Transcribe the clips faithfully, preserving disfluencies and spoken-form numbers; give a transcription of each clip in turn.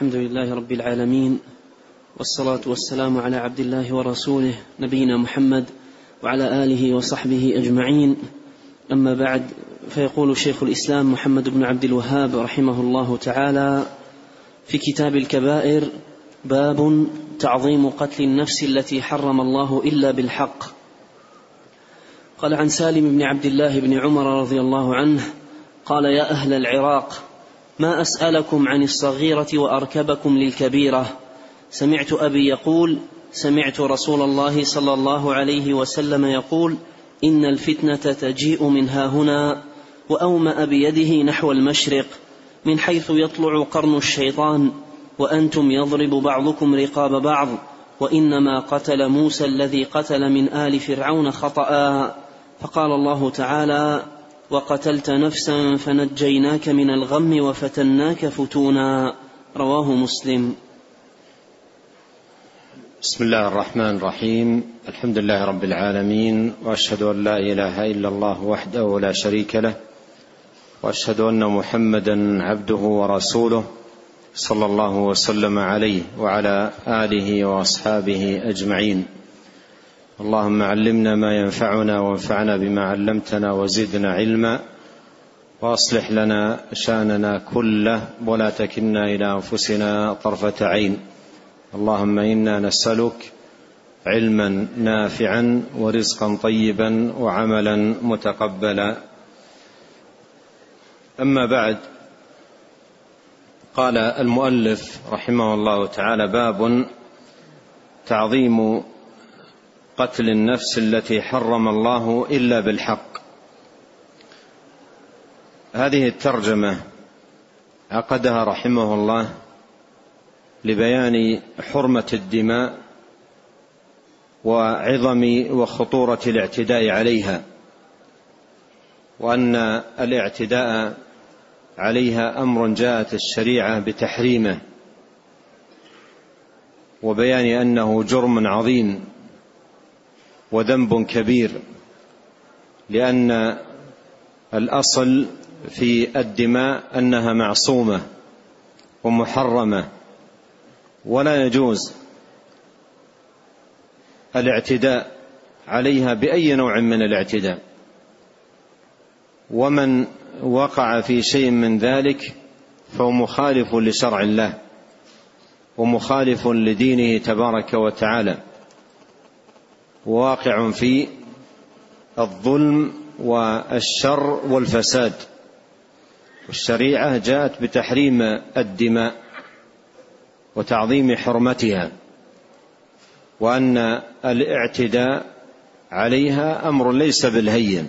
الحمد لله رب العالمين، والصلاة والسلام على عبد الله ورسوله نبينا محمد وعلى آله وصحبه أجمعين. أما بعد، فيقول شيخ الإسلام محمد بن عبد الوهاب رحمه الله تعالى في كتاب الكبائر: باب تعظيم قتل النفس التي حرم الله إلا بالحق. قال: عن سالم بن عبد الله بن عمر رضي الله عنه قال: يا أهل العراق، ما أسألكم عن الصغيرة وأركبكم للكبيرة. سمعت أبي يقول: سمعت رسول الله صلى الله عليه وسلم يقول: إن الفتنة تجيء من هاهنا. وأومأ بيده نحو المشرق من حيث يطلع قرن الشيطان، وأنتم يضرب بعضكم رقاب بعض، وإنما قتل موسى الذي قتل من آل فرعون خطأ. فقال الله تعالى: وقتلت نفسا فنجيناك من الغم وفتناك فتونا. رواه مسلم. بسم الله الرحمن الرحيم. الحمد لله رب العالمين، وأشهد أن لا إله إلا الله وحده لا شريك له، وأشهد أن محمدا عبده ورسوله صلى الله وسلم عليه وعلى آله وأصحابه أجمعين. اللهم علمنا ما ينفعنا وانفعنا بما علمتنا وزدنا علما، وأصلح لنا شأننا كله ولا تكلنا إلى أنفسنا طرفة عين. اللهم إنا نسألك علما نافعا ورزقا طيبا وعملا متقبلا. أما بعد، قال المؤلف رحمه الله تعالى: باب تعظيم قتل النفس التي حرم الله إلا بالحق. هذه الترجمة عقدها رحمه الله لبيان حرمة الدماء وعظم وخطورة الاعتداء عليها، وأن الاعتداء عليها أمر جاءت الشريعة بتحريمه، وبيان أنه جرم عظيم وذنب كبير، لأن الأصل في الدماء أنها معصومة ومحرمة، ولا يجوز الاعتداء عليها بأي نوع من الاعتداء. ومن وقع في شيء من ذلك فهو مخالف لشرع الله ومخالف لدينه تبارك وتعالى، واقع في الظلم والشر والفساد. والشريعة جاءت بتحريم الدماء وتعظيم حرمتها، وأن الاعتداء عليها أمر ليس بالهين.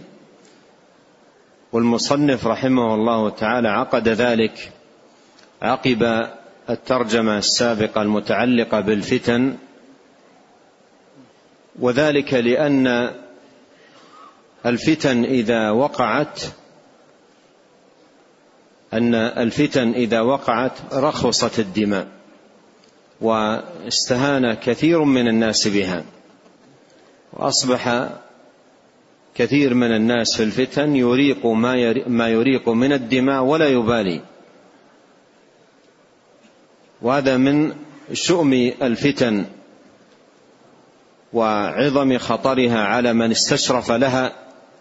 والمصنف رحمه الله تعالى عقد ذلك عقب الترجمة السابقة المتعلقة بالفتن، وذلك لأن الفتن إذا وقعت أن الفتن إذا وقعت رخصت الدماء، واستهان كثير من الناس بها، وأصبح كثير من الناس في الفتن يريق ما يريق من الدماء ولا يبالي. وهذا من شؤم الفتن وعظم خطرها على من استشرف لها،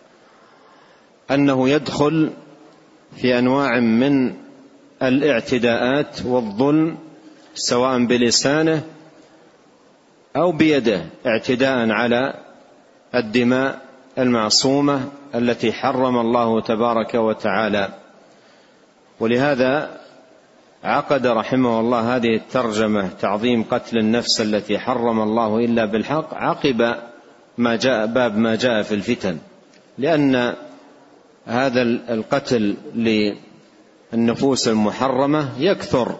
أنه يدخل في أنواع من الاعتداءات والظلم، سواء بلسانه أو بيده، اعتداء على الدماء المعصومة التي حرم الله تبارك وتعالى. ولهذا عقد رحمه الله هذه الترجمة: تعظيم قتل النفس التي حرم الله إلا بالحق، عقب ما جاء باب ما جاء في الفتن، لأن هذا القتل للنفوس المحرمة يكثر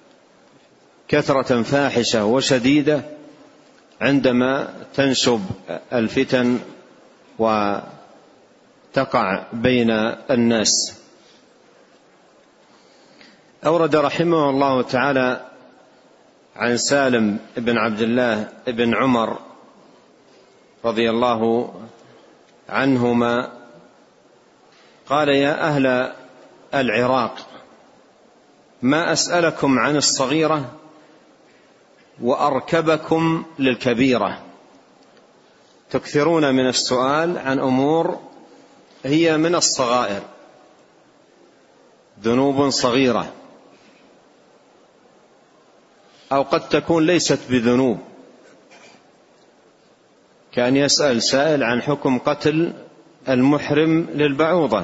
كثرة فاحشة وشديدة عندما تنشب الفتن وتقع بين الناس. أورد رحمه الله تعالى عن سالم بن عبد الله بن عمر رضي الله عنهما قال: يا أهل العراق، ما أسألكم عن الصغيرة وأركبكم للكبيرة. تكثرون من السؤال عن أمور هي من الصغائر، ذنوب صغيرة، أو قد تكون ليست بذنوب، كان يسأل سائل عن حكم قتل المحرم للبعوضة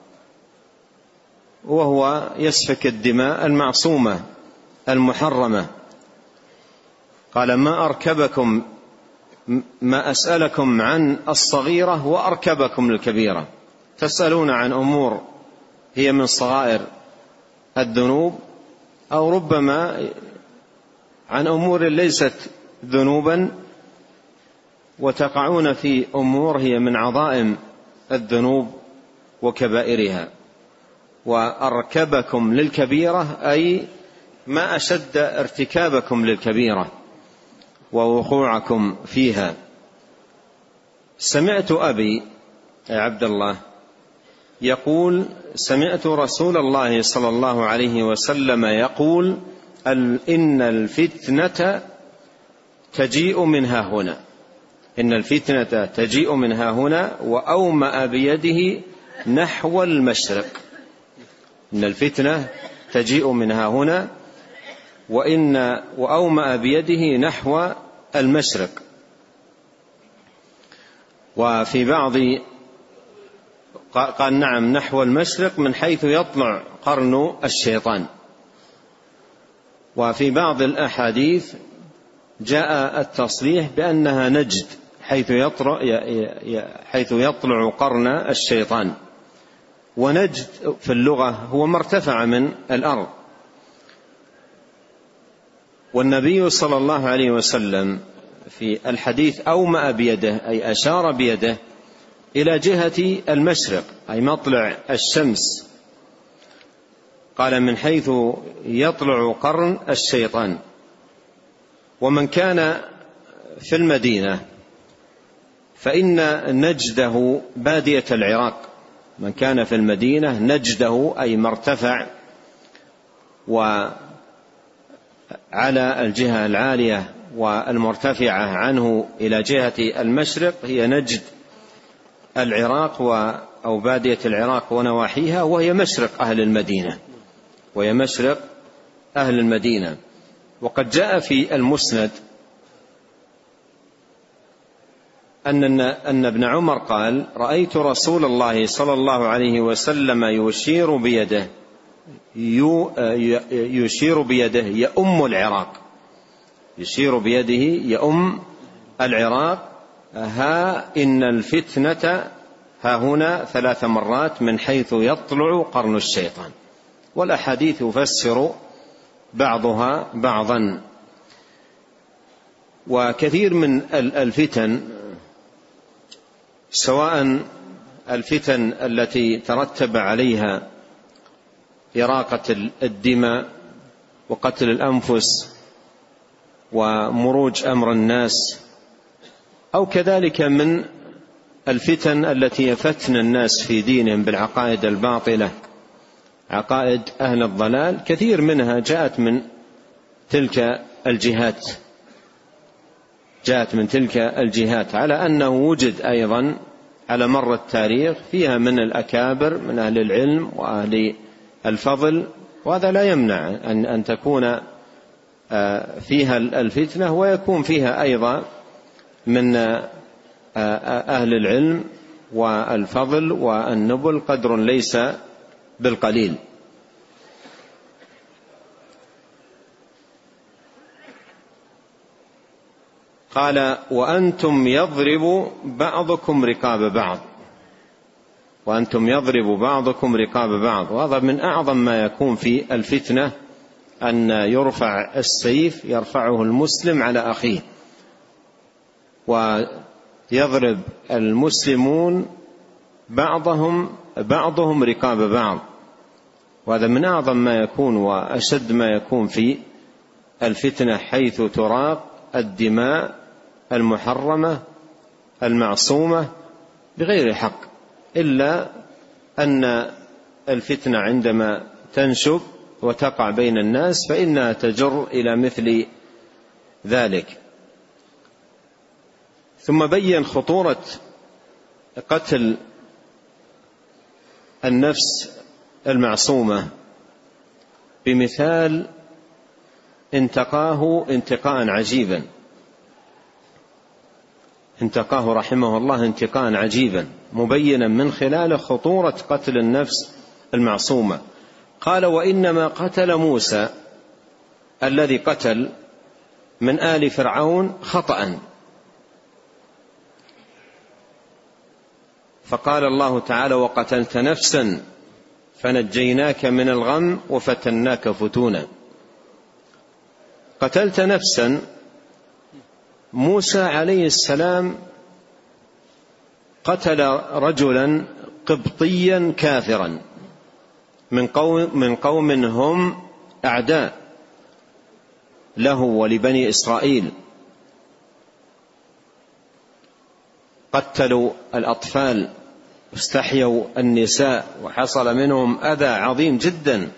وهو يسفك الدماء المعصومة المحرمة، قال ما أركبكم ما أسألكم عن الصغيرة وأركبكم للكبيرة. تسألون عن أمور هي من صغائر الذنوب، أو ربما عن أمور ليست ذنوبا وتقعون في أمور هي من عظائم الذنوب وكبائرها. وأركبكم للكبيرة أي ما أشد ارتكابكم للكبيرة ووقوعكم فيها. سمعت أبي يا عبد الله يقول سمعت رسول الله صلى الله عليه وسلم يقول إن الفتنة تجيء من ها هنا، إن الفتنة تجيء من ها هنا وأومأ بيده نحو المشرق. إن الفتنة تجيء من ها هنا وإن وأومأ بيده نحو المشرق. وفي بعض قال نعم نحو المشرق من حيث يطلع قرن الشيطان. وفي بعض الأحاديث جاء التصريح بأنها نجد حيث يطلع, حيث يطلع قرن الشيطان. ونجد في اللغة هو ما ارتفع من الأرض. والنبي صلى الله عليه وسلم في الحديث أومأ بيده أي أشار بيده إلى جهة المشرق أي مطلع الشمس، قال من حيث يطلع قرن الشيطان. ومن كان في المدينة فإن نجده بادية العراق، من كان في المدينة نجده أي مرتفع وعلى الجهة العالية والمرتفعة عنه إلى جهة المشرق هي نجد العراق أو بادية العراق ونواحيها، وهي مشرق أهل المدينة وهي مشرق أهل المدينة. وقد جاء في المسند أن أن ابن عمر قال رأيت رسول الله صلى الله عليه وسلم يشير بيده يشير بيده يؤم العراق، يشير بيده يؤم العراق. ها إن الفتنة ها هنا ثلاث مرات من حيث يطلع قرن الشيطان. والأحاديث يفسر بعضها بعضا. وكثير من الفتن سواء الفتن التي ترتب عليها إراقة الدماء وقتل الأنفس ومروج أمر الناس، أو كذلك من الفتن التي يفتن الناس في دينهم بالعقائد الباطلة، عقائد أهل الضلال، كثير منها جاءت من تلك الجهات جاءت من تلك الجهات على أنه وجد أيضا على مر التاريخ فيها من الأكابر من أهل العلم وأهل الفضل، وهذا لا يمنع أن أن تكون فيها الفتنة ويكون فيها أيضا من أهل العلم والفضل والنبل قدر ليس بالقليل. قال وأنتم يضرب بعضكم رقاب بعض، وأنتم يضرب بعضكم رقاب بعض. وهذا من أعظم ما يكون في الفتنة، أن يرفع السيف يرفعه المسلم على أخيه، ويضرب المسلمون بعضهم بعضهم رقاب بعض. وهذا من أعظم ما يكون وأشد ما يكون في الفتنة، حيث تراق الدماء المحرمة المعصومة بغير حق. إلا أن الفتنة عندما تنشب وتقع بين الناس فإنها تجر إلى مثل ذلك. ثم بين خطورة قتل النفس المعصومة بمثال انتقاه انتقاء عجيبا، انتقاه رحمه الله انتقاء عجيبا مبينا من خلال خطورة قتل النفس المعصومة. قال: وإنما قتل موسى الذي قتل من آل فرعون خطأ. فقال الله تعالى: وقتلت نفسا فنجيناك من الغم وفتناك فتونا. قتلت نفسا، موسى عليه السلام قتل رجلا قبطيا كافرا من قوم, من قوم هم أعداء له ولبني إسرائيل، قتلوا الأطفال واستحيوا النساء وحصل منهم أذى عظيم جدا.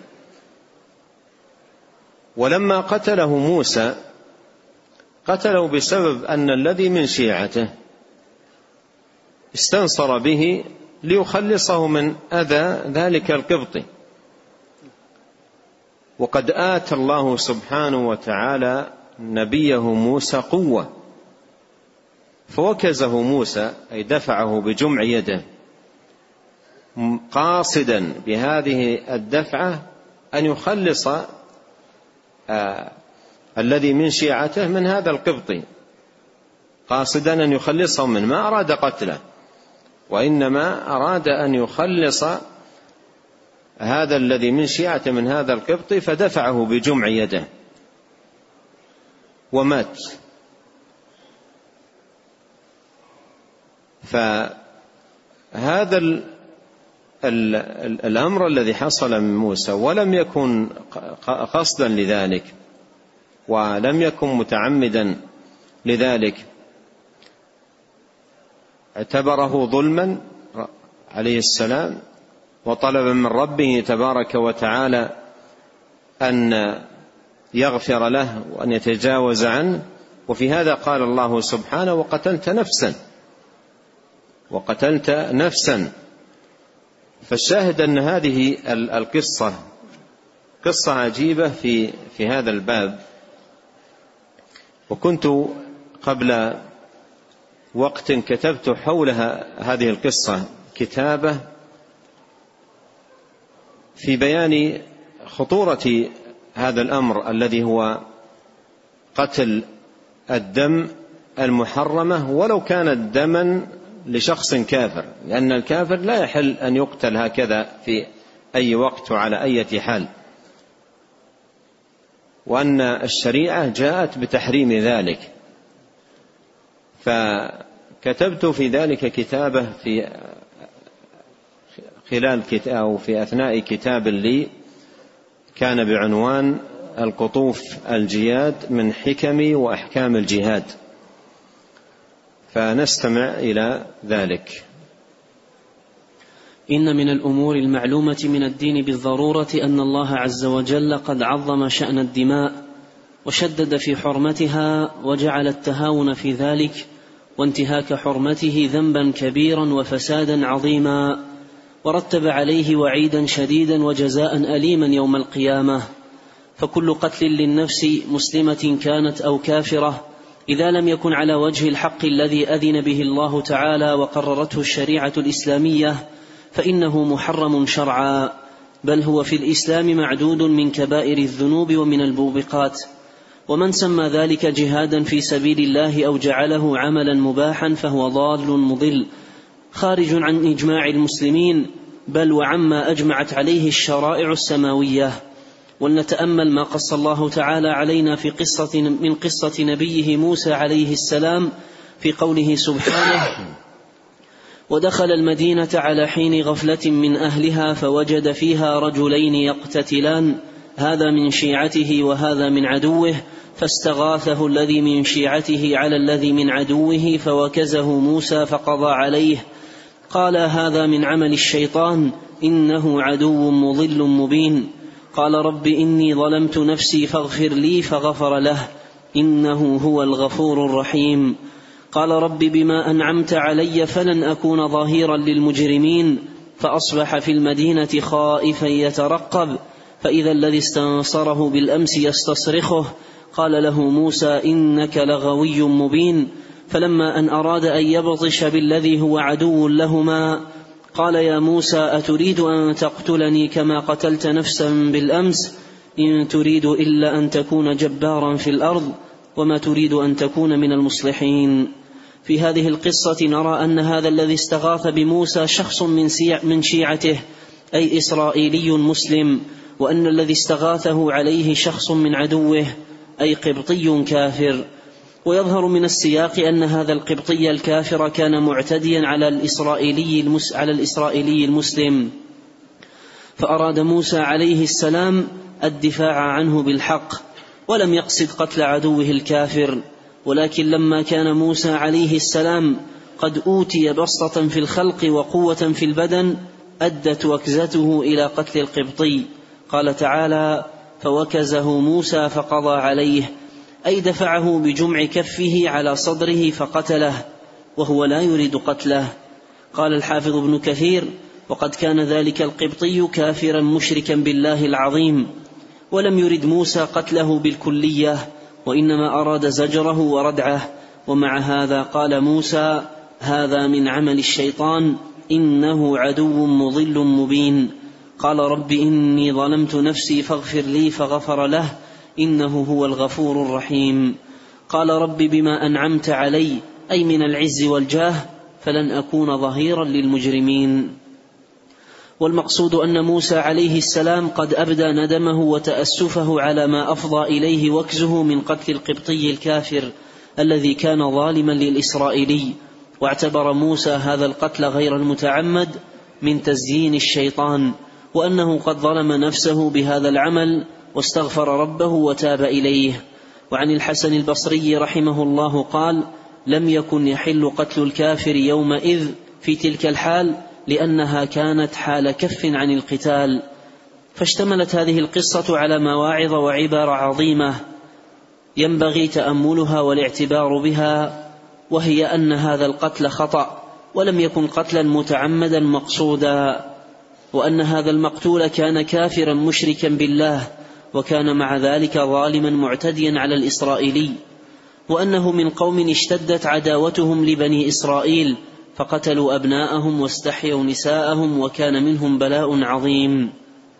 ولما قتله موسى قتله بسبب أن الذي من شيعته استنصر به ليخلصه من أذى ذلك القبطي. وقد آتى الله سبحانه وتعالى نبيه موسى قوة، فوكزه موسى أي دفعه بجمع يده، قاصدا بهذه الدفعة أن يخلص آه الذي من شيعته من هذا القبطي، قاصدا أن يخلصه من، ما أراد قتله وإنما أراد أن يخلص هذا الذي من شيعته من هذا القبطي، فدفعه بجمع يده ومات. فهذا ال ال الأمر الذي حصل من موسى ولم يكن قصدا لذلك ولم يكن متعمدا لذلك، اعتبره ظلما عليه السلام وطلب من ربه تبارك وتعالى أن يغفر له وأن يتجاوز عنه. وفي هذا قال الله سبحانه: وقتلت نفسا، وقتلت نفسا. فالشاهد أن هذه القصة قصة عجيبة في في هذا الباب. وكنت قبل وقت كتبت حولها هذه القصة كتابة في بيان خطورة هذا الأمر الذي هو قتل الدم المحرمة ولو كانت دما لشخص كافر، لأن الكافر لا يحل أن يقتل هكذا في أي وقت وعلى أي حال، وأن الشريعة جاءت بتحريم ذلك. فكتبت في ذلك كتابة في خلال كتاب أو في أثناء كتاب لي كان بعنوان القطوف الجياد من حكم وأحكام الجهاد، فنستمع إلى ذلك. إن من الأمور المعلومة من الدين بالضرورة أن الله عز وجل قد عظم شأن الدماء وشدد في حرمتها وجعل التهاون في ذلك وانتهاك حرمته ذنبا كبيرا وفسادا عظيما، ورتب عليه وعيدا شديدا وجزاء أليما يوم القيامة. فكل قتل للنفس مسلمة كانت أو كافرة إذا لم يكن على وجه الحق الذي أذن به الله تعالى وقررته الشريعة الإسلامية فإنه محرم شرعا، بل هو في الإسلام معدود من كبائر الذنوب ومن الموبقات. ومن سمى ذلك جهادا في سبيل الله أو جعله عملا مباحا فهو ضال مضل خارج عن إجماع المسلمين، بل وعما أجمعت عليه الشرائع السماوية. ولنتأمل ما قص الله تعالى علينا في قصة من قصة نبيه موسى عليه السلام في قوله سبحانه: ودخل المدينة على حين غفلة من أهلها فوجد فيها رجلين يقتتلان هذا من شيعته وهذا من عدوه فاستغاثه الذي من شيعته على الذي من عدوه فوكزه موسى فقضى عليه قال هذا من عمل الشيطان إنه عدو مضل مبين. قال رب إني ظلمت نفسي فاغفر لي فغفر له إنه هو الغفور الرحيم. قال رب بما أنعمت علي فلن أكون ظهيرا للمجرمين فأصبح في المدينة خائفا يترقب فإذا الذي استنصره بالأمس يستصرخه قال له موسى إنك لغوي مبين. فلما أن أراد أن يبطش بالذي هو عدو لهما قال يا موسى أتريد أن تقتلني كما قتلت نفسا بالأمس إن تريد إلا أن تكون جبارا في الأرض وما تريد أن تكون من المصلحين. في هذه القصة نرى أن هذا الذي استغاث بموسى شخص من شيعته أي إسرائيلي مسلم، وأن الذي استغاثه عليه شخص من عدوه أي قبطي كافر. ويظهر من السياق أن هذا القبطي الكافر كان معتديا على الإسرائيلي, المس... على الإسرائيلي المسلم، فأراد موسى عليه السلام الدفاع عنه بالحق ولم يقصد قتل عدوه الكافر. ولكن لما كان موسى عليه السلام قد أوتي بسطة في الخلق وقوة في البدن أدت وكزته إلى قتل القبطي. قال تعالى فوكزه موسى فقضى عليه، أي دفعه بجمع كفه على صدره فقتله وهو لا يريد قتله. قال الحافظ ابن كثير وقد كان ذلك القبطي كافرا مشركا بالله العظيم، ولم يرد موسى قتله بالكلية وإنما أراد زجره وردعه. ومع هذا قال موسى هذا من عمل الشيطان إنه عدو مضل مبين. قال رب إني ظلمت نفسي فاغفر لي فغفر له إنه هو الغفور الرحيم. قال رب بما أنعمت علي أي من العز والجاه فلن أكون ظهيرا للمجرمين. والمقصود أن موسى عليه السلام قد أبدى ندمه وتأسفه على ما أفضى إليه وكزه من قتل القبطي الكافر الذي كان ظالما للإسرائيلي، واعتبر موسى هذا القتل غير المتعمد من تزيين الشيطان، وأنه قد ظلم نفسه بهذا العمل واستغفر ربه وتاب إليه. وعن الحسن البصري رحمه الله قال لم يكن يحل قتل الكافر يومئذ في تلك الحال لأنها كانت حال كف عن القتال. فاشتملت هذه القصة على مواعظ وعبر عظيمة ينبغي تأملها والاعتبار بها، وهي أن هذا القتل خطأ ولم يكن قتلا متعمدا مقصودا، وأن هذا المقتول كان كافرا مشركا بالله وكان مع ذلك ظالما معتديا على الإسرائيلي، وأنه من قوم اشتدت عداوتهم لبني إسرائيل فقتلوا أبناءهم واستحيوا نساءهم وكان منهم بلاء عظيم.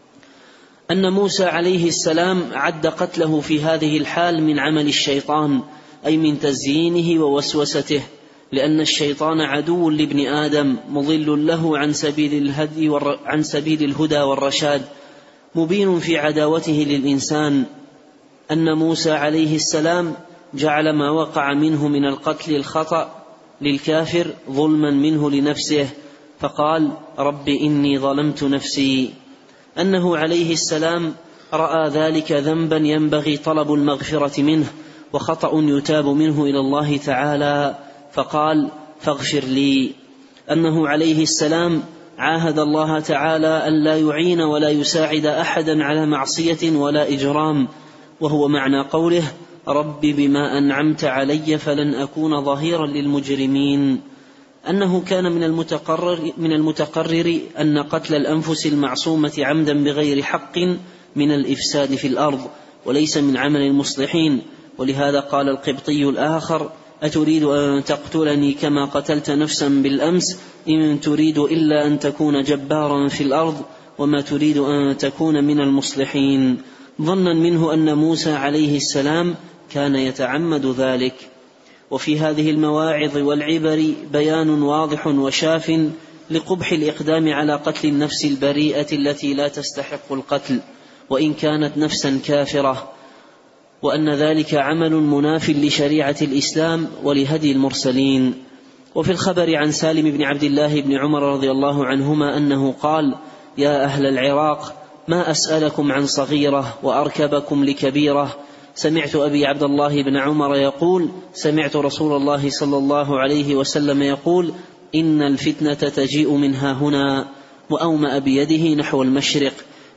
أن موسى عليه السلام عد قتله في هذه الحال من عمل الشيطان أي من تزيينه ووسوسته، لأن الشيطان عدو لابن آدم مضل له عن سبيل الهدي عن سبيل الهدى والرشاد، مبين في عداوته للإنسان. أن موسى عليه السلام جعل ما وقع منه من القتل الخطأ للكافر ظلما منه لنفسه فقال رب إني ظلمت نفسي. أنه عليه السلام رأى ذلك ذنبا ينبغي طلب المغفرة منه وخطأ يتاب منه إلى الله تعالى فقال فاغفر لي. أنه عليه السلام عاهد الله تعالى أن لا يعين ولا يساعد أحدا على معصية ولا إجرام، وهو معنى قوله رب بما أنعمت علي فلن أكون ظهيرا للمجرمين. أنه كان من المتقرر, من المتقرر أن قتل الأنفس المعصومة عمدا بغير حق من الإفساد في الأرض وليس من عمل المصلحين، ولهذا قال القبطي الآخر أتريد أن تقتلني كما قتلت نفسا بالأمس إن تريد إلا أن تكون جبارا في الأرض وما تريد أن تكون من المصلحين، ظنا منه أن موسى عليه السلام كان يتعمد ذلك. وفي هذه المواعظ والعبر بيان واضح وشاف لقبح الإقدام على قتل النفس البريئة التي لا تستحق القتل وإن كانت نفسا كافرة، وأن ذلك عمل مناف لشريعة الإسلام ولهدي المرسلين. وفي الخبر عن سالم بن عبد الله بن عمر رضي الله عنهما أنه قال يا أهل العراق ما أسألكم عن صغيرة وأركبكم لكبيرة، سمعت أبي عبد الله بن عمر يقول سمعت رسول الله صلى الله عليه وسلم يقول إن الفتنة تجيء منها هنا، وأومأ بيده نحو المشرق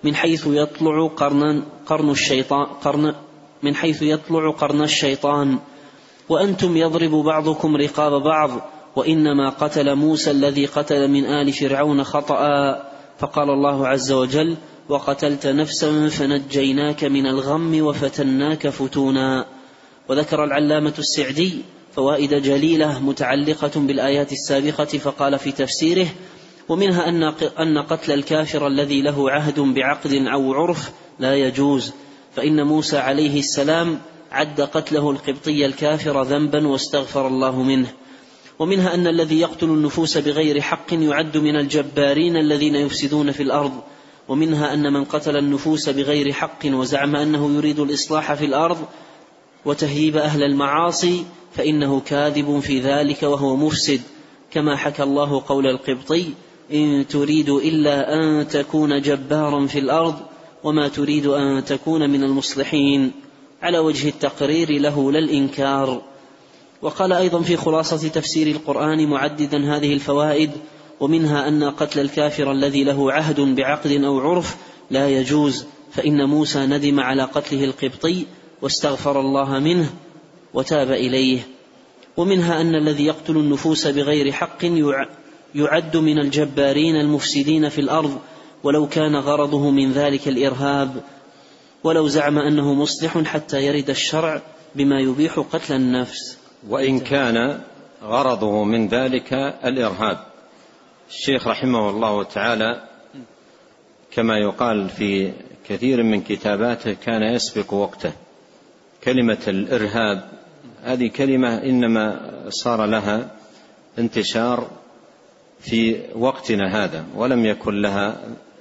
من حيث يطلع قرن, قرن الشيطان قرن من حيث يطلع قرن الشيطان، وأنتم يضرب بعضكم رقاب بعض، وإنما قتل موسى الذي قتل من آل فرعون خطأ. فقال الله عز وجل: وقتلت نفسا فنجيناك من الغم وفتناك فتونا. وذكر العلامة السعدي فوائد جليلة متعلقة بالآيات السابقة، فقال في تفسيره: ومنها أن قتل الكافر الذي له عهد بعقد أو عرف لا يجوز، فإن موسى عليه السلام عد قتله القبطي الكافر ذنبا واستغفر الله منه. ومنها أن الذي يقتل النفوس بغير حق يعد من الجبارين الذين يفسدون في الأرض. ومنها أن من قتل النفوس بغير حق وزعم أنه يريد الإصلاح في الأرض وتهييب أهل المعاصي فإنه كاذب في ذلك وهو مفسد، كما حكى الله قول القبطي: إن تريد إلا أن تكون جبارا في الأرض وما تريد أن تكون من المصلحين، على وجه التقرير له لا الإنكار. وقال أيضا في خلاصة تفسير القرآن معددا هذه الفوائد: ومنها أن قتل الكافر الذي له عهد بعقد أو عرف لا يجوز، فإن موسى ندم على قتله القبطي واستغفر الله منه وتاب إليه. ومنها أن الذي يقتل النفوس بغير حق يعد من الجبارين المفسدين في الأرض، ولو كان غرضه من ذلك الإرهاب، ولو زعم أنه مصلح حتى يرد الشرع بما يبيح قتل النفس. وإن كان غرضه من ذلك الإرهاب. الشيخ رحمه الله تعالى كما يقال في كثير من كتاباته كان يسبق وقته. كلمة الإرهاب هذه كلمة إنما صار لها انتشار في وقتنا هذا، ولم يكن لها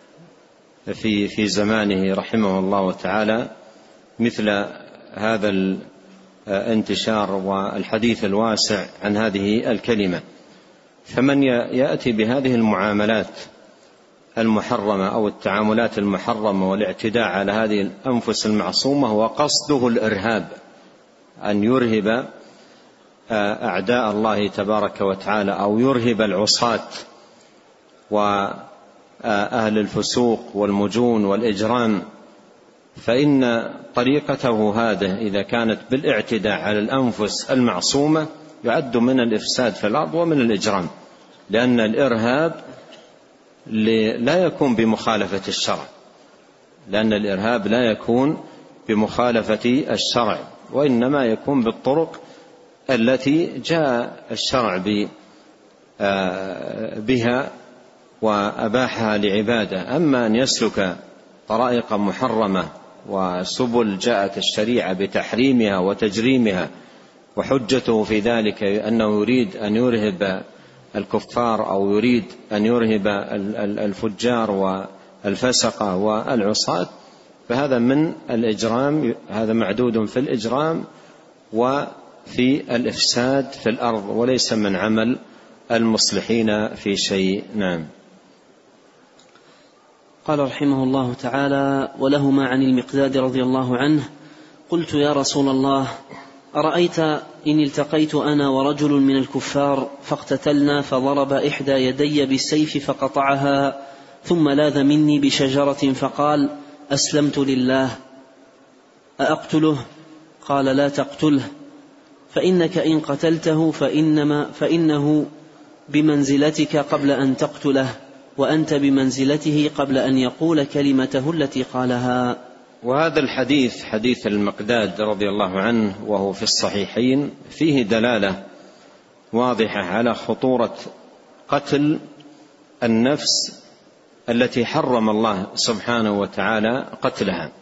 في في زمانه رحمه الله تعالى مثل هذا الانتشار والحديث الواسع عن هذه الكلمة. فمن يأتي بهذه المعاملات المحرمة أو التعاملات المحرمة والاعتداء على هذه الأنفس المعصومة وقصده الإرهاب، أن يرهب أعداء الله تبارك وتعالى أو يرهب العصاة وأهل الفسوق والمجون والإجرام، فإن طريقته هذه إذا كانت بالاعتداء على الأنفس المعصومة يعد من الإفساد في الأرض ومن الإجرام، لأن الإرهاب لا يكون بمخالفة الشرع، لأن الإرهاب لا يكون بمخالفة الشرع، وإنما يكون بالطرق التي جاء الشرع بها وأباحها لعباده. أما أن يسلك طرائق محرمة وسبل جاءت الشريعة بتحريمها وتجريمها وحجته في ذلك أنه يريد أن يرهب الكفار أو يريد أن يرهب الفجار والفسقة والعصاة، فهذا من الإجرام، هذا معدود في الإجرام وفي الإفساد في الأرض، وليس من عمل المصلحين في شيء. نعم. قال رحمه الله تعالى: ولهما عن المقداد رضي الله عنه: قلت يا رسول الله، أرأيت إن التقيت أنا ورجل من الكفار فاقتتلنا فضرب إحدى يدي بالسيف فقطعها، ثم لاذ مني بشجرة فقال: أسلمت لله، أأقتله؟ قال: لا تقتله، فإنك إن قتلته فإنما فإنه بمنزلتك قبل أن تقتله، وأنت بمنزلته قبل أن يقول كلمته التي قالها. وهذا الحديث حديث المقداد رضي الله عنه وهو في الصحيحين فيه دلالة واضحة على خطورة قتل النفس التي حرم الله سبحانه وتعالى قتلها.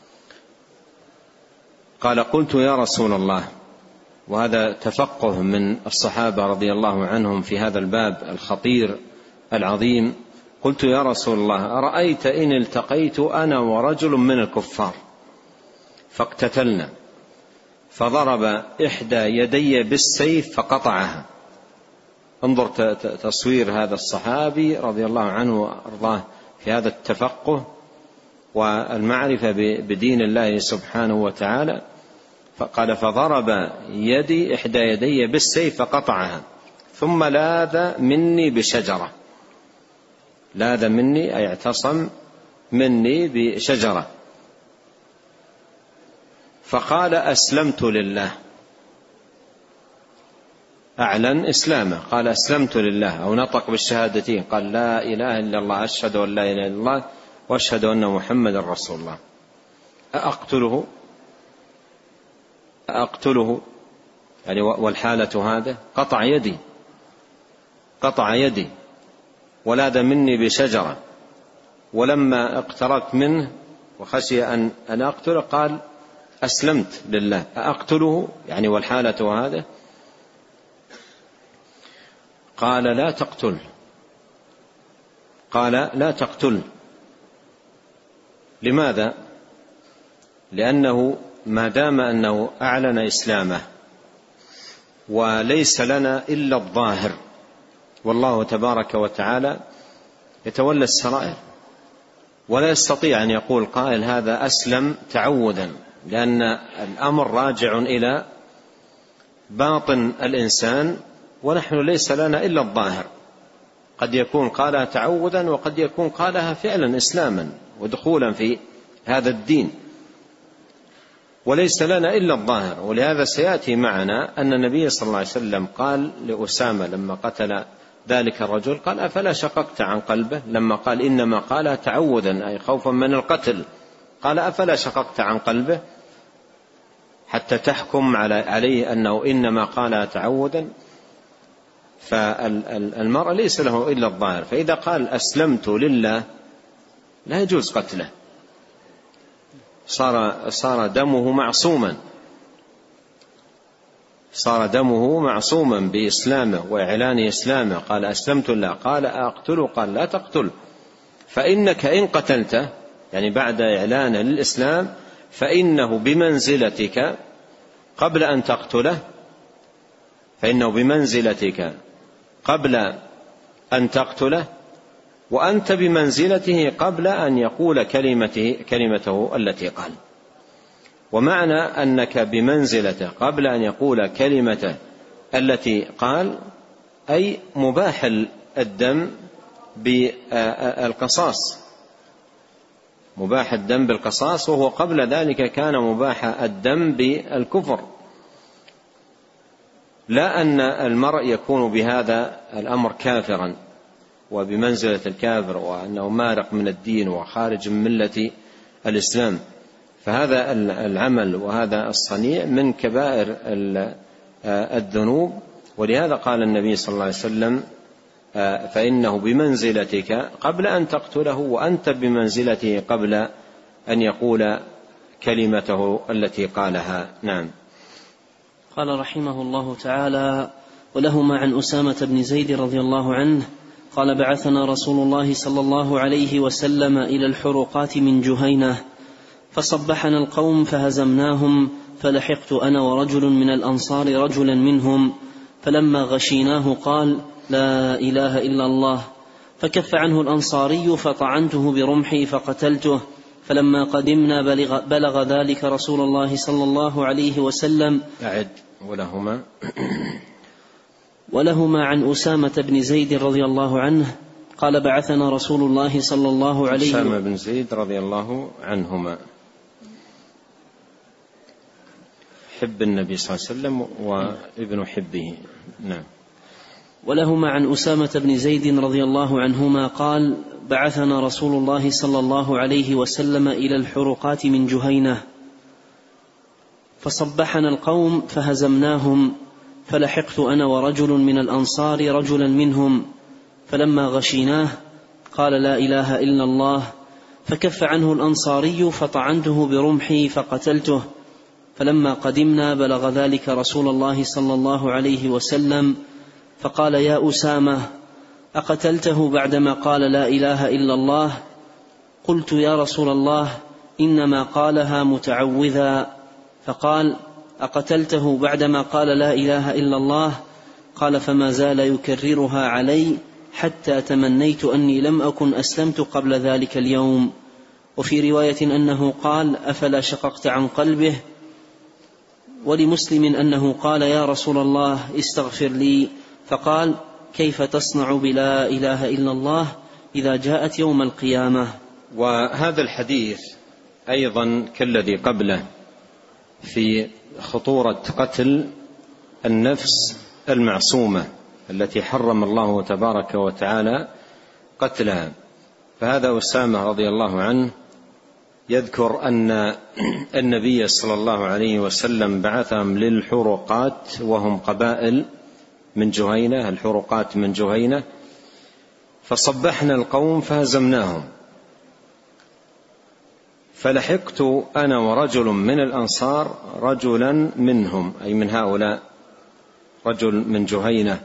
قال: قلت يا رسول الله، وهذا تفقه من الصحابة رضي الله عنهم في هذا الباب الخطير العظيم. قلت يا رسول الله، أرأيت إن التقيت أنا ورجل من الكفار فاقتتلنا فضرب إحدى يدي بالسيف فقطعها. انظر تصوير هذا الصحابي رضي الله عنه وأرضاه في هذا التفقه والمعرفة بدين الله سبحانه وتعالى. فقال: فضرب يدي إحدى يدي بالسيف فقطعها، ثم لاذ مني بشجرة. لاذ مني أي اعتصم مني بشجرة، فقال أسلمت لله، أعلن إسلامه، قال أسلمت لله، أو نطق بالشهادتين، قال لا إله إلا الله، أشهد أن لا إله إلا الله وأشهد أن محمد رسول الله. أقتله أقتله يعني والحالة هذا قطع يدي قطع يدي ولاذ مني بشجرة، ولما اقتربت منه وخشي أن أن أقتله قال أسلمت لله. أقتله يعني والحالة هذا؟ قال لا تقتل قال لا تقتل لماذا؟ لأنه ما دام أنه أعلن إسلامه وليس لنا إلا الظاهر، والله تبارك وتعالى يتولى السرائر، ولا يستطيع أن يقول قائل هذا أسلم تعوذا، لأن الأمر راجع إلى باطن الإنسان، ونحن ليس لنا إلا الظاهر. قد يكون قالها تعوذا وقد يكون قالها فعلا إسلاما ودخولا في هذا الدين، وليس لنا إلا الظاهر. ولهذا سيأتي معنا أن النبي صلى الله عليه وسلم قال لأسامة لما قتل ذلك الرجل، قال أفلا شققت عن قلبه؟ لما قال إنما قالها تعوذا أي خوفا من القتل، قال أفلا شققت عن قلبه حتى تحكم عليه أنه إنما قالها تعوذا؟ فالمرء ليس له إلا الظاهر، فإذا قال أسلمت لله لا يجوز قتله، صار صار دمه معصوما صار دمه معصوما بإسلامه وإعلان إسلامه. قال أسلمت لله، قال أقتله؟ قال لا تقتل، فإنك إن قتلته يعني بعد إعلانه للإسلام فإنه بمنزلتك قبل أن تقتله فإنه بمنزلتك قبل أن تقتله، وأنت بمنزلته قبل أن يقول كلمته, كلمته التي قال. ومعنى أنك بمنزلته قبل أن يقول كلمته التي قال أي مباح الدم بالقصاص، مباح الدم بالقصاص، وهو قبل ذلك كان مباح الدم بالكفر. لا أن المرء يكون بهذا الأمر كافرا وبمنزلة الكافر وأنه مارق من الدين وخارج من ملة الإسلام، فهذا العمل وهذا الصنيع من كبائر الذنوب. ولهذا قال النبي صلى الله عليه وسلم فإنه بمنزلتك قبل أن تقتله وأنت بمنزلته قبل أن يقول كلمته التي قالها. نعم. قال رحمه الله تعالى: ولهما عن أسامة بن زيد رضي الله عنه قال: بعثنا رسول الله صلى الله عليه وسلم إلى الحروقات من جهينة، فصبحنا القوم فهزمناهم، فلحقت أنا ورجل من الأنصار رجلا منهم، فلما غشيناه قال: لا إله إلا الله، فكف عنه الأنصاري فطعنته برمحي فقتلته. فلما قدمنا بلغ, بلغ ذلك رسول الله صلى الله عليه وسلم. أعد. ولهما ولهما عن أسامة بن زيد رضي الله عنه قال: بعثنا رسول الله صلى الله عليه وسلم. أسامة بن زيد رضي الله عنهما حب النبي صلى الله عليه وسلم وابن حبه. نعم. ولهما عن أسامة بن زيد رضي الله عنهما قال: بعثنا رسول الله صلى الله عليه وسلم إلى الحروقات من جهينة، فصبحنا القوم فهزمناهم، فلحقت أنا ورجل من الأنصار رجلا منهم، فلما غشيناه قال: لا إله إلا الله، فكف عنه الأنصاري فطعنته برمحي فقتلته. فلما قدمنا بلغ ذلك رسول الله صلى الله عليه وسلم، فقال: يا أسامة، أقتلته بعدما قال لا إله إلا الله؟ قلت: يا رسول الله، إنما قالها متعوذا. فقال: أقتلته بعدما قال لا إله إلا الله؟ قال: فما زال يكررها علي حتى تمنيت أني لم أكن أسلمت قبل ذلك اليوم. وفي رواية أنه قال: أفلا شققت عن قلبه؟ ولمسلم أنه قال: يا رسول الله، استغفر لي. فقال: كيف تصنع بلا إله إلا الله إذا جاءت يوم القيامة؟ وهذا الحديث أيضا كالذي قبله في خطورة قتل النفس المعصومة التي حرم الله تبارك وتعالى قتلها. فهذا أسامة رضي الله عنه يذكر أن النبي صلى الله عليه وسلم بعثهم للحرقات وهم قبائل من جهينة، الحرقات من جهينة، فصبحنا القوم فهزمناهم، فلحقت أنا ورجل من الأنصار رجلا منهم، أي من هؤلاء رجل من جهينة،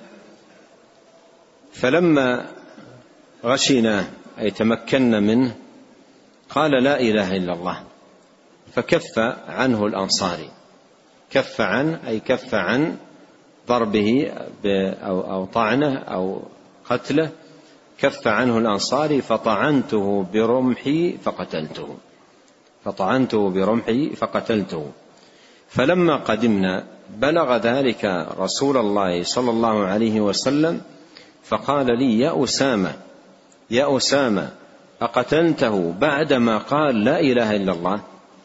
فلما غشيناه أي تمكنا منه قال لا إله إلا الله، فكف عنه الأنصاري، كف عن أي كف عن ضربه أو طعنه أو قتله، كف عنه الأنصاري فطعنته برمحي فقتلته فطعنته برمحي فقتلته. فلما قدمنا بلغ ذلك رسول الله صلى الله عليه وسلم فقال لي يا أسامة يا أسامة أقتلته بعدما قال لا إله إلا الله؟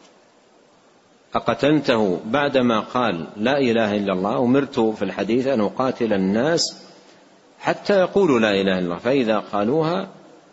أقتلته بعدما قال لا إله إلا الله؟ أمرت في الحديث أن أقاتل الناس حتى يقولوا لا إله إلا الله، فإذا قالوها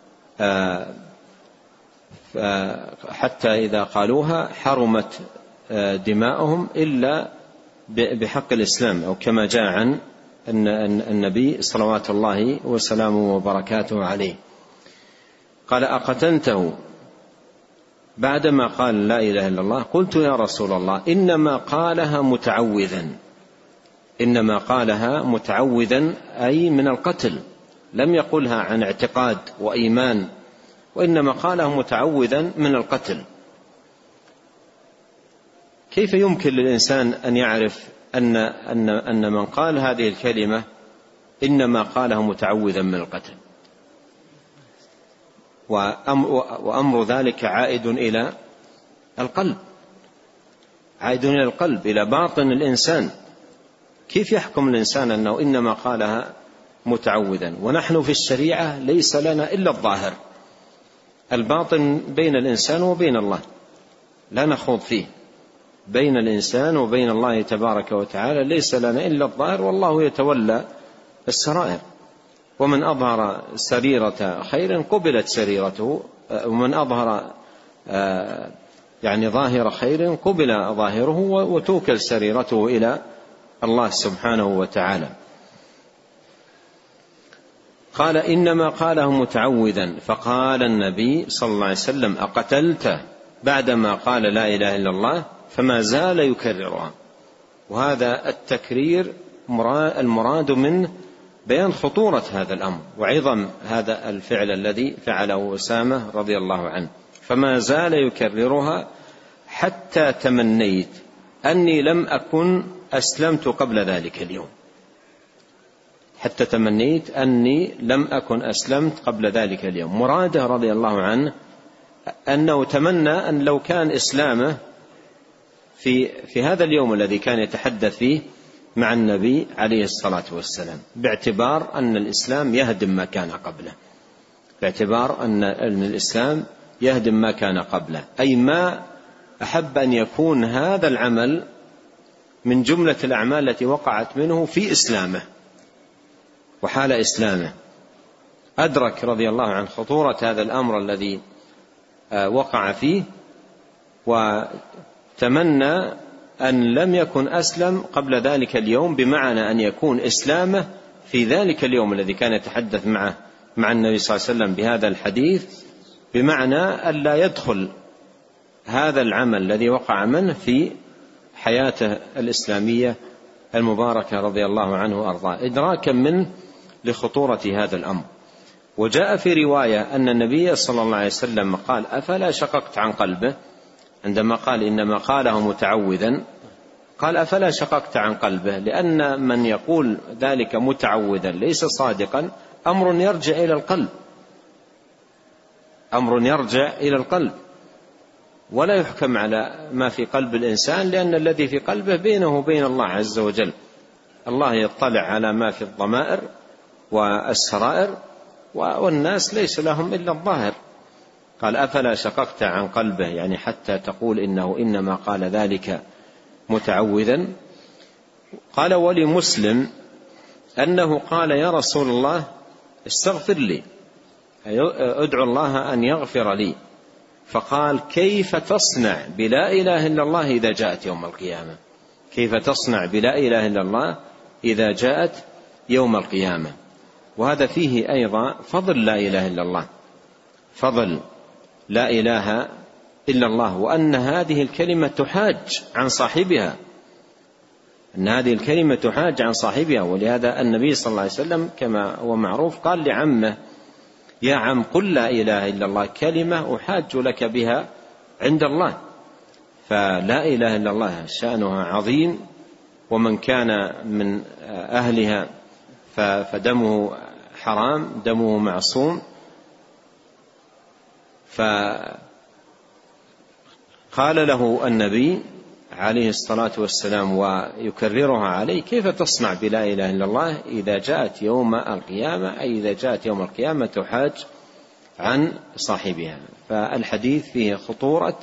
حتى إذا قالوها حرمت دماؤهم إلا بحق الإسلام، أو كما جاء عن النبي صلوات الله وسلامه وبركاته عليه. قال أقتلته بعدما قال لا إله إلا الله؟ قلت يا رسول الله إنما قالها متعوذا، إنما قالها متعوذا أي من القتل، لم يقلها عن اعتقاد وإيمان، وإنما قالها متعوذا من القتل. كيف يمكن للإنسان أن يعرف أن, أن, أن من قال هذه الكلمة إنما قالها متعوذا من القتل؟ وأمر ذلك عائد إلى القلب، عائد إلى القلب، إلى باطن الإنسان. كيف يحكم الإنسان أنه إنما قالها متعوذا؟ ونحن في الشريعة ليس لنا إلا الظاهر، الباطن بين الإنسان وبين الله لا نخوض فيه، بين الإنسان وبين الله تبارك وتعالى ليس لنا إلا الظاهر، والله يتولى السرائر. ومن أظهر سريرة خير قبلت سريرته، ومن أظهر يعني ظاهر خير قبل ظاهره، وتوكل سريرته إلى الله سبحانه وتعالى. قال إنما قاله متعوذا، فقال النبي صلى الله عليه وسلم أقتلته بعدما قال لا إله إلا الله؟ فما زال يكررها. وهذا التكرير المراد منه بيان خطورة هذا الأمر وعظم هذا الفعل الذي فعله أسامة رضي الله عنه. فما زال يكررها حتى تمنيت أني لم أكن أسلمت قبل ذلك اليوم، حتى تمنيت أني لم أكن أسلمت قبل ذلك اليوم. مراده رضي الله عنه أنه تمنى أن لو كان إسلامه في, في هذا اليوم الذي كان يتحدث فيه مع النبي عليه الصلاة والسلام، باعتبار أن الإسلام يهدم ما كان قبله، باعتبار أن الإسلام يهدم ما كان قبله، أي ما أحب أن يكون هذا العمل من جملة الأعمال التي وقعت منه في إسلامه وحال إسلامه. أدرك رضي الله عنه خطورة هذا الأمر الذي وقع فيه، وتمنى أن لم يكن أسلم قبل ذلك اليوم، بمعنى أن يكون إسلامه في ذلك اليوم الذي كان يتحدث معه مع النبي صلى الله عليه وسلم بهذا الحديث، بمعنى أن لا يدخل هذا العمل الذي وقع منه في حياته الإسلامية المباركة رضي الله عنه وأرضاه، إدراكا منه لخطورة هذا الأمر. وجاء في رواية أن النبي صلى الله عليه وسلم قال أفلا شققت عن قلبه؟ عندما قال إنما قاله متعوذا قال أفلا شققت عن قلبه، لأن من يقول ذلك متعوذا ليس صادقا، أمر يرجع إلى القلب، أمر يرجع إلى القلب، ولا يحكم على ما في قلب الإنسان، لأن الذي في قلبه بينه وبين الله عز وجل. الله يطلع على ما في الضمائر والسرائر، والناس ليس لهم إلا الظاهر، قال أفلا شققت عن قلبه يعني حتى تقول إنه إنما قال ذلك متعوذا. قال ولمسلم أنه قال يا رسول الله استغفر لي، أدعو الله أن يغفر لي، فقال كيف تصنع بلا إله إلا الله إذا جاءت يوم القيامة، كيف تصنع بلا إله إلا الله إذا جاءت يوم القيامة. وهذا فيه أيضا فضل لا إله إلا الله، فضل لا إله إلا الله، وأن هذه الكلمة تحاج عن صاحبها، أن هذه الكلمة تحاج عن صاحبها. ولهذا النبي صلى الله عليه وسلم كما هو معروف قال لعمه يا عم قل لا إله إلا الله كلمة أحاج لك بها عند الله. فلا إله إلا الله شأنها عظيم، ومن كان من أهلها فدمه حرام، دمه معصوم. فقال له النبي عليه الصلاة والسلام ويكررها عليه كيف تصنع بلا إله إلا الله إذا جاءت يوم القيامة، أي إذا جاءت يوم القيامة تحاج عن صاحبها. فالحديث فيه خطورة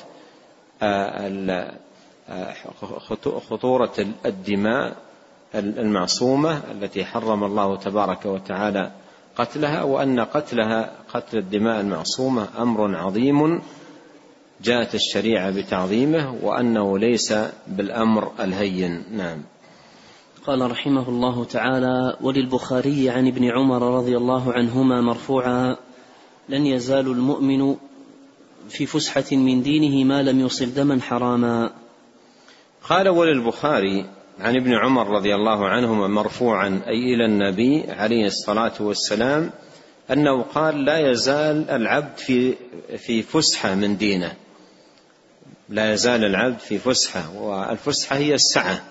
خطورة الدماء المعصومة التي حرم الله تبارك وتعالى قتلها، وأن قتلها قتل الدماء المعصومة أمر عظيم جاءت الشريعة بتعظيمه، وأنه ليس بالأمر الهين. نعم. قال رحمه الله تعالى: وللبخاري عن ابن عمر رضي الله عنهما مرفوعا: لن يزال المؤمن في فسحة من دينه ما لم يصب دما حراما. قال وللبخاري عن ابن عمر رضي الله عنهما مرفوعا أي إلى النبي عليه الصلاة والسلام أنه قال: لا يزال العبد في في فسحة من دينه، لا يزال العبد في فسحة، والفسحة هي السعة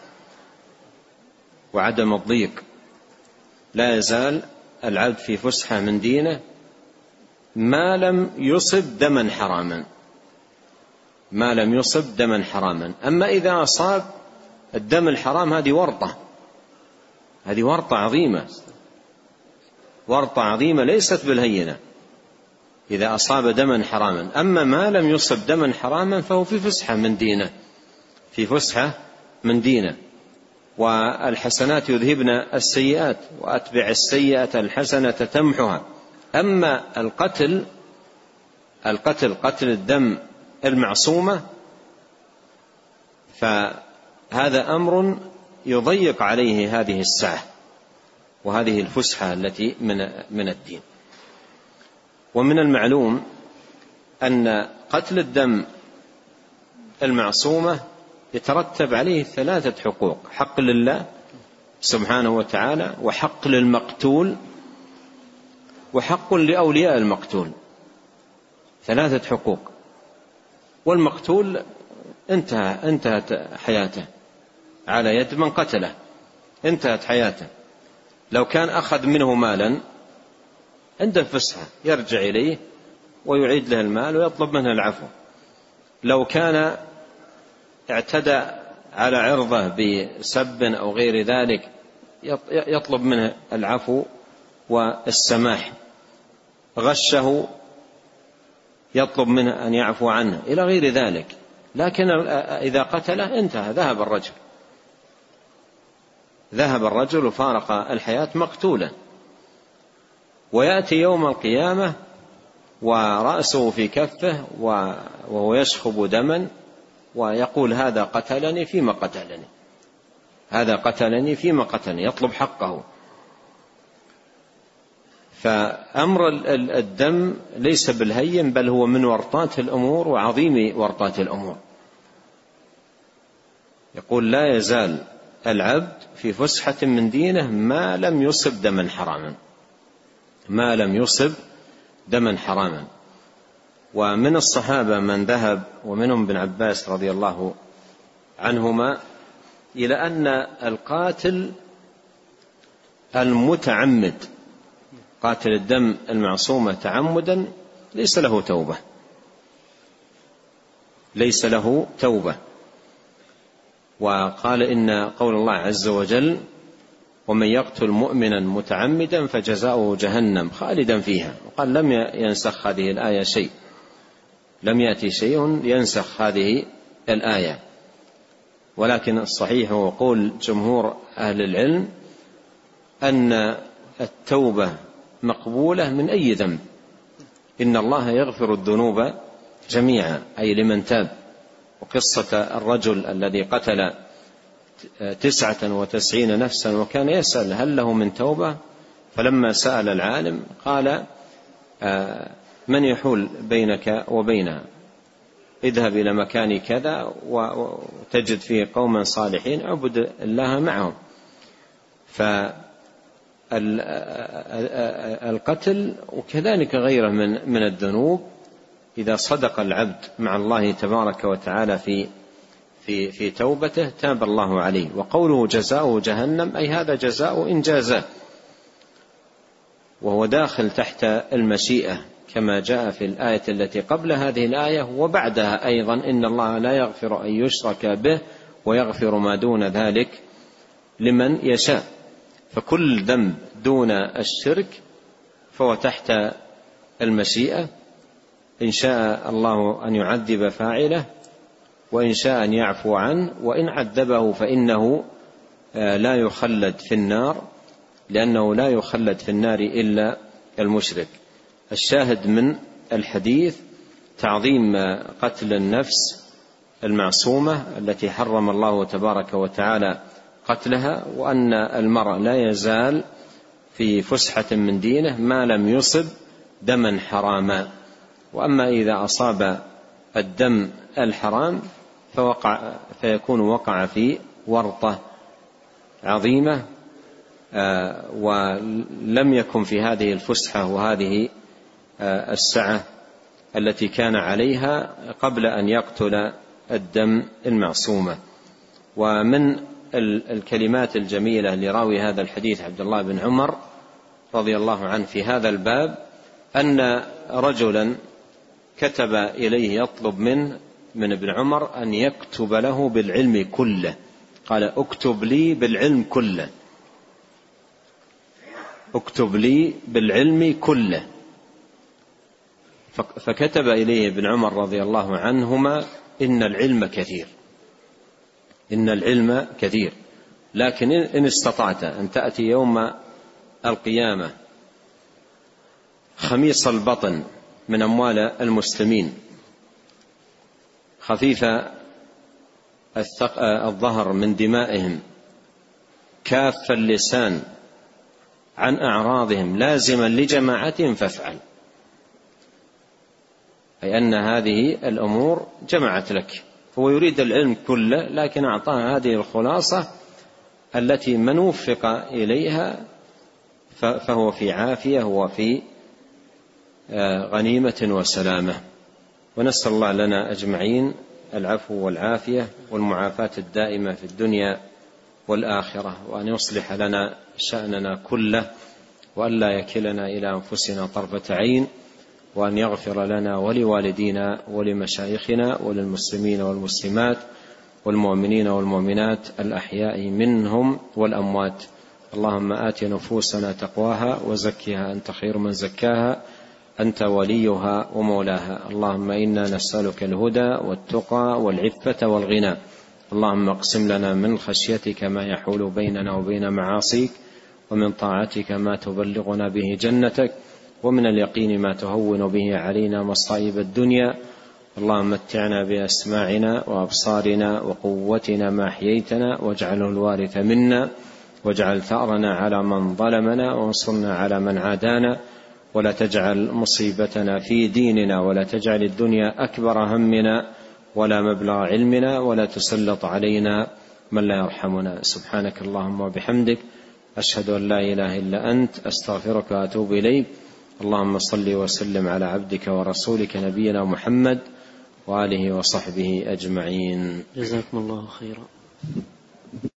وعدم الضيق. لا يزال العبد في فسحة من دينه ما لم يصب دما حراما، ما لم يصب دما حراما. أما إذا أصاب الدم الحرام هذه ورطة، هذه ورطة عظيمة، ورطة عظيمة ليست بالهينة إذا أصاب دما حراما. أما ما لم يصب دما حراما فهو في فسحة من دينه، في فسحة من دينه. والحسنات يذهبن السيئات وأتبع السيئة الحسنة تمحها. أما القتل القتل قتل الدم المعصومة فهذا أمر يضيق عليه هذه السعة وهذه الفسحة التي من من الدين. ومن المعلوم أن قتل الدم المعصومة يترتب عليه ثلاثة حقوق: حق لله سبحانه وتعالى، وحق للمقتول، وحق لأولياء المقتول. ثلاثة حقوق. والمقتول انتهى انتهت حياته على يد من قتله، انتهت حياته. لو كان أخذ منه مالا عنده فسحة يرجع إليه ويعيد له المال ويطلب منه العفو. لو كان اعتدى على عرضه بسب أو غير ذلك يطلب منه العفو والسماح. غشه يطلب منه أن يعفو عنه إلى غير ذلك. لكن إذا قتله انتهى، ذهب الرجل ذهب الرجل وفارق الحياة مقتولا. ويأتي يوم القيامة ورأسه في كفه وهو يشخب دما ويقول: هذا قتلني فيما قتلني، هذا قتلني فيما قتلني، يطلب حقه. فأمر الدم ليس بالهين، بل هو من ورطات الأمور وعظيم ورطات الأمور. يقول: لا يزال العبد في فسحة من دينه ما لم يصب دما حراما، ما لم يصب دما حراما. ومن الصحابة من ذهب، ومنهم ابن عباس رضي الله عنهما، إلى أن القاتل المتعمد، قاتل الدم المعصومة تعمدا، ليس له توبة، ليس له توبة. وقال: إن قول الله عز وجل: ومن يقتل مؤمنا متعمدا فجزاؤه جهنم خالدا فيها. وقال: لم ينسخ هذه الآية شيء، لم يأتي شيء ينسخ هذه الآية. ولكن الصحيح وقول جمهور أهل العلم أن التوبة مقبولة من أي ذنب، إن الله يغفر الذنوب جميعا، أي لمن تاب. وقصة الرجل الذي قتل تسعة وتسعين نفسا وكان يسأل هل له من توبة، فلما سأل العالم قال من يحول بينك وبينها؟ اذهب إلى مكان كذا وتجد فيه قوما صالحين اعبد الله معهم. فالقتل وكذلك غيره من من الذنوب إذا صدق العبد مع الله تبارك وتعالى في في في توبته تاب الله عليه. وقوله جزاؤه جهنم أي هذا جزاؤه إن جازاه، وهو داخل تحت المشيئة كما جاء في الآية التي قبل هذه الآية وبعدها أيضا، إن الله لا يغفر أن يشرك به ويغفر ما دون ذلك لمن يشاء. فكل ذنب دون الشرك فهو تحت المشيئة، إن شاء الله أن يعذب فاعله وإن شاء أن يعفو عنه، وإن عذبه فإنه لا يخلد في النار، لأنه لا يخلد في النار إلا المشرك. الشاهد من الحديث تعظيم قتل النفس المعصومة التي حرم الله تبارك وتعالى قتلها، وأن المرء لا يزال في فسحة من دينه ما لم يصب دما حراما. وأما إذا أصاب الدم الحرام فوقع فيكون وقع في ورطة عظيمة، ولم يكن في هذه الفسحة وهذه السعة التي كان عليها قبل أن يقتل الدم المعصومة. ومن الكلمات الجميلة لراوي هذا الحديث عبد الله بن عمر رضي الله عنه في هذا الباب أن رجلا كتب إليه يطلب منه من ابن عمر أن يكتب له بالعلم كله، قال اكتب لي بالعلم كله، اكتب لي بالعلم كله. فكتب إليه ابن عمر رضي الله عنهما إن العلم كثير، إن العلم كثير، لكن إن استطعت أن تأتي يوم القيامة خميص البطن من أموال المسلمين، خفيف الظهر من دمائهم، كاف اللسان عن أعراضهم، لازما لجماعتهم فافعل، أي أن هذه الأمور جمعت لك. هو يريد العلم كله، لكن أعطاه هذه الخلاصة التي من وفق إليها فهو في عافية وفي غنيمة وسلامة. ونسأل الله لنا أجمعين العفو والعافية والمعافاة الدائمة في الدنيا والآخرة، وأن يصلح لنا شأننا كله، وأن لا يكلنا إلى أنفسنا طرفة عين، وأن يغفر لنا ولوالدينا ولمشايخنا وللمسلمين والمسلمات والمؤمنين والمؤمنات الأحياء منهم والأموات. اللهم آت نفوسنا تقواها وزكها أنت خير من زكاها أنت وليها ومولاها. اللهم إنا نسألك الهدى والتقى والعفة والغنى. اللهم اقسم لنا من خشيتك ما يحول بيننا وبين معاصيك، ومن طاعتك ما تبلغنا به جنتك، ومن اليقين ما تهون به علينا مصائب الدنيا. اللهم متعنا بأسماعنا وأبصارنا وقوتنا ما أحييتنا، واجعله الوارث منا، واجعل ثأرنا على من ظلمنا، وانصرنا على من عادانا، ولا تجعل مصيبتنا في ديننا، ولا تجعل الدنيا أكبر همنا ولا مبلغ علمنا، ولا تسلط علينا من لا يرحمنا. سبحانك اللهم وبحمدك، أشهد أن لا إله إلا أنت، أستغفرك وأتوب إليك. اللهم صل وسلم على عبدك ورسولك نبينا محمد وآله وصحبه أجمعين. جزاكم الله خيرا.